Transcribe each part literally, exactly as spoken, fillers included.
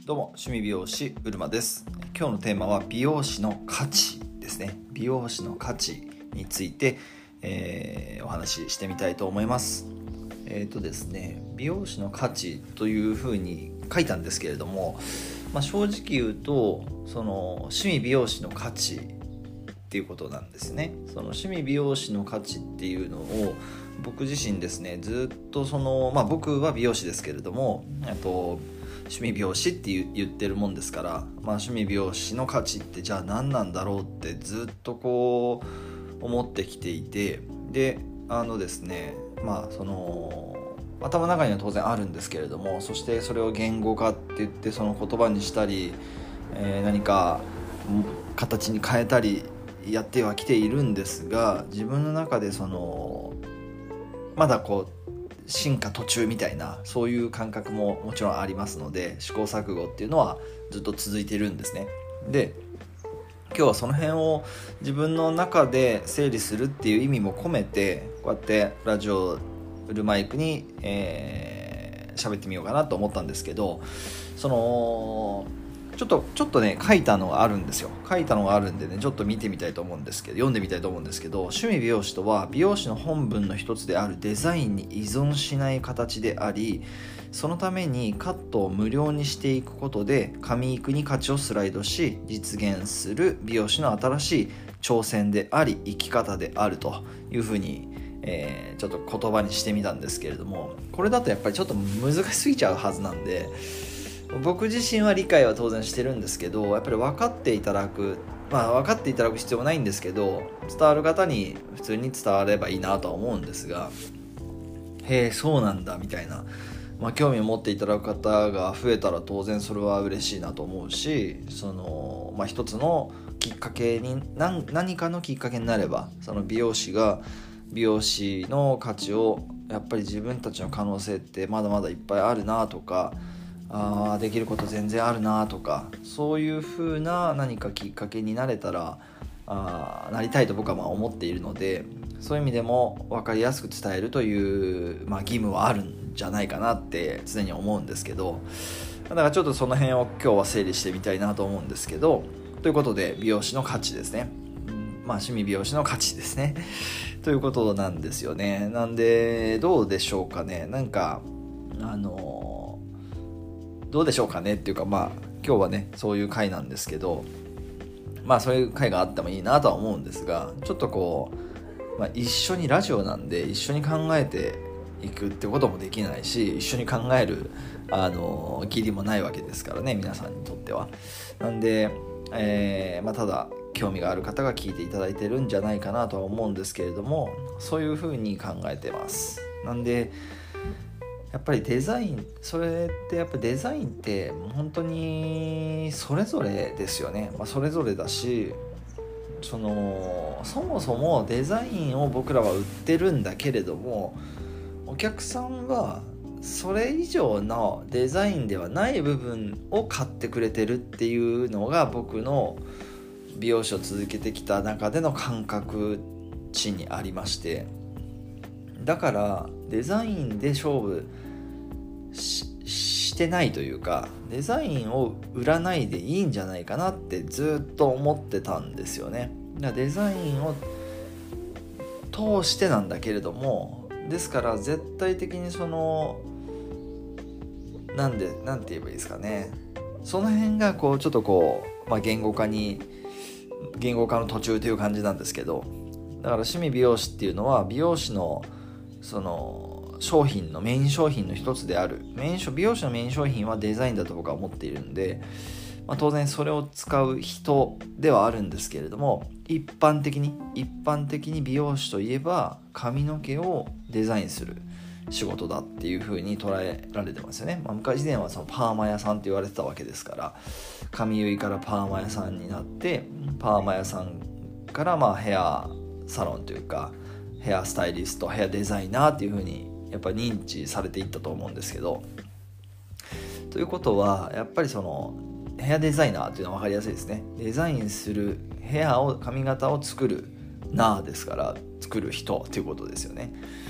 どうも趣味美容師うるまです。今日のテーマは美容師の価値ですね。美容師の価値について、えー、お話ししてみたいと思います。えーとですね、美容師の価値というふうに書いたんですけれども、まあ、正直言うとその趣味美容師の価値っていうことなんですね。その趣味美容師の価値っていうのを僕自身ですね、ずっとその、まあ、僕は美容師ですけれども、あと趣味美容師って言ってるもんですから、まあ、趣味美容師の価値ってじゃあ何なんだろうってずっとこう思ってきていて、であのですねまあその頭の中には当然あるんですけれども、そしてそれを言語化って言ってその言葉にしたり、えー、何か形に変えたりやってはきているんですが、自分の中でそのまだこう進化途中みたいなそういう感覚ももちろんありますので、試行錯誤っていうのはずっと続いているんですね。で今日はその辺を自分の中で整理するっていう意味も込めて、こうやってラジオウルマイクに喋、えー、ってみようかなと思ったんですけど、そのちょっとちょっとね書いたのがあるんですよ。書いたのがあるんでね、ちょっと見てみたいと思うんですけど、読んでみたいと思うんですけど、趣味美容師とは美容師の本分の一つであるデザインに依存しない形であり、そのためにカットを無料にしていくことで上行くに価値をスライドし実現する美容師の新しい挑戦であり生き方であるというふうに、えー、ちょっと言葉にしてみたんですけれども、これだとやっぱりちょっと難しすぎちゃうはずなんで、僕自身は理解は当然してるんですけど、やっぱり分かっていただくまあ分かっていただく必要もないんですけど、伝わる方に普通に伝わればいいなとは思うんですが、へえそうなんだみたいな、まあ、興味を持っていただく方が増えたら当然それは嬉しいなと思うし、その、まあ、一つのきっかけに 何, 何かのきっかけになれば、その美容師が美容師の価値をやっぱり自分たちの可能性ってまだまだいっぱいあるなとか、あできること全然あるなとか、そういう風な何かきっかけになれたらあなりたいと僕はまあ思っているので、そういう意味でも分かりやすく伝えるという、まあ、義務はあるんじゃないかなって常に思うんですけど、だからちょっとその辺を今日は整理してみたいなと思うんですけど、ということで美容師の価値ですね。まあ趣味美容師の価値ですねということなんですよね。なんでどうでしょうかね。なんかあのどうでしょうかねっていうか、まあ今日はねそういう回なんですけど、まあそういう回があってもいいなとは思うんですが、ちょっとこう、まあ、一緒にラジオなんで一緒に考えていくってこともできないし、一緒に考えるあの義理もないわけですからね、皆さんにとっては。なんで、えーまあ、ただ興味がある方が聞いていただいてるんじゃないかなとは思うんですけれども、そういうふうに考えてます。なんでやっぱりデザイン、それってやっぱデザインって本当にそれぞれですよね。まあ、それぞれだし、そのそもそもデザインを僕らは売ってるんだけれども、お客さんはそれ以上のデザインではない部分を買ってくれてるっていうのが僕の美容師を続けてきた中での感覚値にありまして、だからデザインで勝負 し, してないというか、デザインを売らないでいいんじゃないかなってずっと思ってたんですよね。だからデザインを通してなんだけれども、ですから絶対的にそのなんでなんて言えばいいですかね、その辺がこうちょっとこう、まあ、言語化に言語化の途中という感じなんですけど、だから趣味美容師っていうのは美容師のその商品のメイン商品の一つであるメイン美容師のメイン商品はデザインだと僕は思っているんで、まあ、当然それを使う人ではあるんですけれども、一般的に一般的に美容師といえば髪の毛をデザインする仕事だっていう風に捉えられてますよね。まあ、昔前はそのパーマ屋さんって言われてたわけですから、髪結いからパーマ屋さんになって、パーマ屋さんからまあヘアサロンというかヘアスタイリスト、ヘアデザイナーっていう風にやっぱり認知されていったと思うんですけど、ということはやっぱりそのヘアデザイナーっていうのは分かりやすいですね。デザインするヘアを髪型を作るなーですから、作る人っていうことですよね。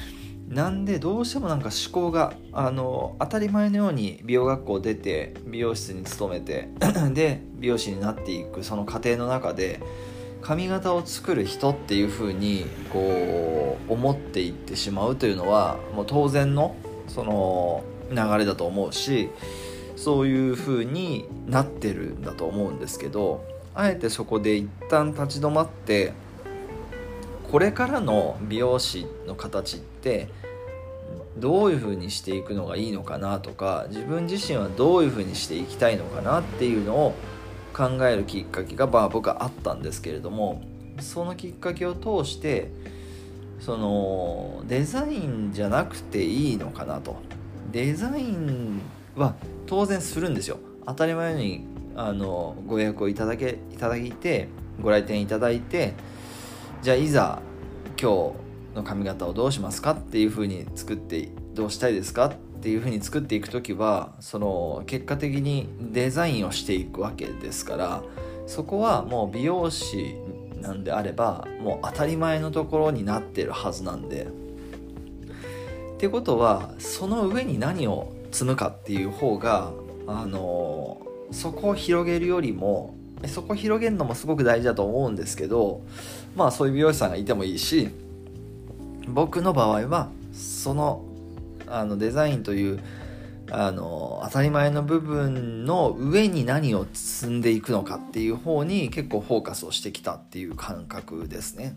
なんでどうしてもなんか思考があの当たり前のように美容学校出て美容室に勤めてで美容師になっていくその過程の中で髪型を作る人っていう風にこう思っていってしまうというのはもう当然のその流れだと思うし、そういう風になってるんだと思うんですけど、あえてそこで一旦立ち止まってこれからの美容師の形ってどういう風にしていくのがいいのかなとか、自分自身はどういう風にしていきたいのかなっていうのを考えるきっかけがまあ僕はあったんですけれども、そのきっかけを通してそのデザインじゃなくていいのかなと。デザインは当然するんですよ。当たり前にあのご予約をいただけいただいてご来店いただいて、じゃあいざ今日の髪型をどうしますかっていう風に作ってどうしたいですかっていう風に作っていくときはその結果的にデザインをしていくわけですから、そこはもう美容師なんであればもう当たり前のところになってるはずなんで、ってことはその上に何を積むかっていう方があのそこを広げるよりもそこを広げるのもすごく大事だと思うんですけど、まあそういう美容師さんがいてもいいし、僕の場合はそのあのデザインというあの当たり前の部分の上に何を積んでいくのかっていう方に結構フォーカスをしてきたっていう感覚ですね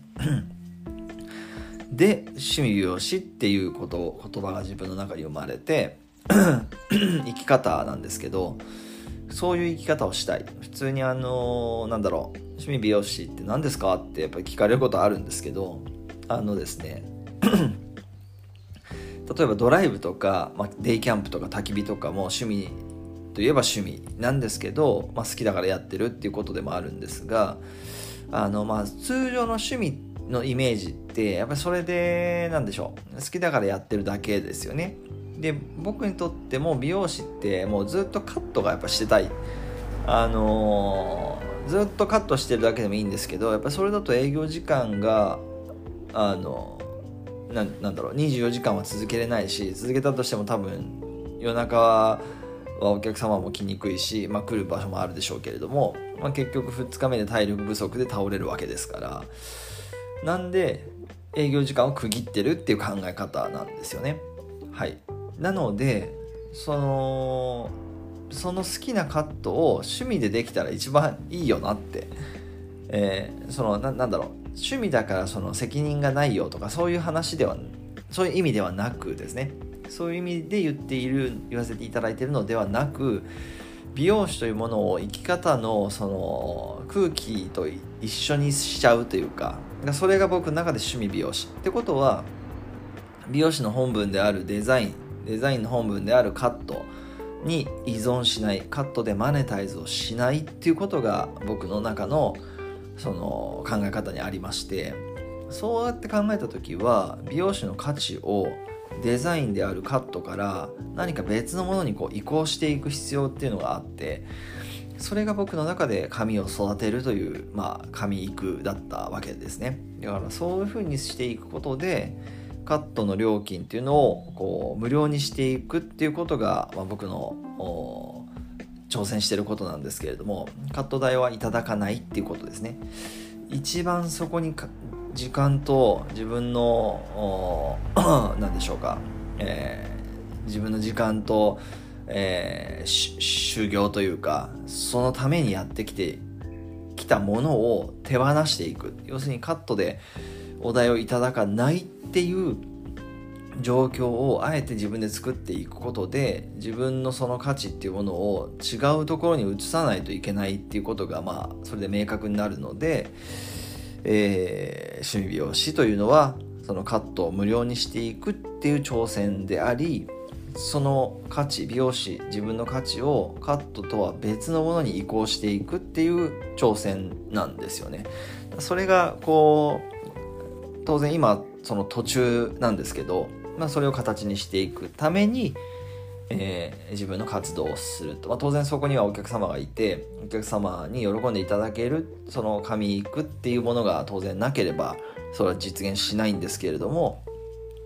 で、趣味美容師っていうこと言葉が自分の中に生まれて生き方なんですけど、そういう生き方をしたい。普通にあのなんだろう趣味美容師って何ですかってやっぱり聞かれることあるんですけど、あのですね例えばドライブとか、まあ、デイキャンプとか焚き火とかも趣味といえば趣味なんですけど、まあ、好きだからやってるっていうことでもあるんですが、あのまあ通常の趣味のイメージってやっぱりそれでなんでしょう、好きだからやってるだけですよね。で僕にとっても美容師ってもうずっとカットがやっぱしてたい、あのー、ずっとカットしてるだけでもいいんですけど、やっぱりそれだと営業時間があのな, なんだろうにじゅうよじかんは続けれないし、続けたとしても多分夜中はお客様も来にくいし、まあ、来る場所もあるでしょうけれども、まあ、結局ふつかめで体力不足で倒れるわけですから、なんで営業時間を区切ってるっていう考え方なんですよね。はい。なのでそのその好きなカットを趣味でできたら一番いいよなって、えー、その な, なんだろう趣味だからその責任がないよとかそういう話ではそういう意味ではなくですね、そういう意味で言っている言わせていただいているのではなく、美容師というものを生き方のその空気と一緒にしちゃうというか、それが僕の中で趣味美容師ってことは、美容師の本分であるデザインデザインの本分であるカットに依存しない、カットでマネタイズをしないっていうことが僕の中のその考え方にありまして、そうやって考えた時は美容師の価値をデザインであるカットから何か別のものにこう移行していく必要っていうのがあって、それが僕の中で髪を育てるという、まあ、髪育だったわけですね。だからそういう風にしていくことでカットの料金っていうのをこう無料にしていくっていうことが、まあ、僕の挑戦していることなんですけれども、カット代はいただかないっていうことですね。一番そこに時間と自分の何でしょうか、えー、自分の時間と、えー、修行というか、そのためにやってきてきたものを手放していく、要するにカットでお題をいただかないっていう状況をあえて自分で作っていくことで、自分のその価値っていうものを違うところに移さないといけないっていうことが、まあそれで明確になるので、えー、趣味美容師というのはそのカットを無料にしていくっていう挑戦であり、その価値、美容師自分の価値をカットとは別のものに移行していくっていう挑戦なんですよね。それがこう当然今その途中なんですけど、まあ、それを形にしていくために、えー、自分の活動をすると、まあ、当然そこにはお客様がいて、お客様に喜んでいただけるその髪育っていうものが当然なければそれは実現しないんですけれども、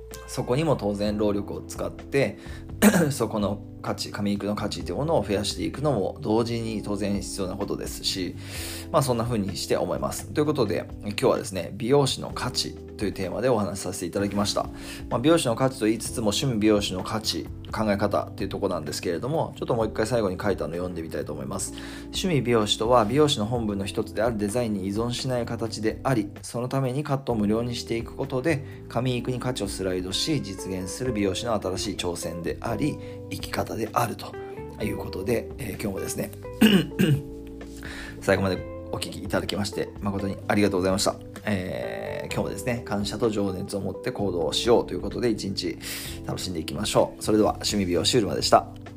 そこにも当然労力を使ってそこの価値、髪育の価値というものを増やしていくのも同時に当然必要なことですし、まあそんな風にして思います。ということで今日はですね、美容師の価値というテーマでお話しさせていただきました。まあ、美容師の価値と言いつつも趣味美容師の価値、考え方というところなんですけれども、ちょっともう一回最後に書いたのを読んでみたいと思います。趣味美容師とは美容師の本分の一つであるデザインに依存しない形であり、そのためにカットを無料にしていくことで髪育に価値をスライドし実現する美容師の新しい挑戦であり生き方であるということで、えー、今日もですね最後までお聞きいただきまして誠にありがとうございました。えー、今日もですね、感謝と情熱を持って行動をしようということで一日楽しんでいきましょう。それでは趣味美容師うるまでした。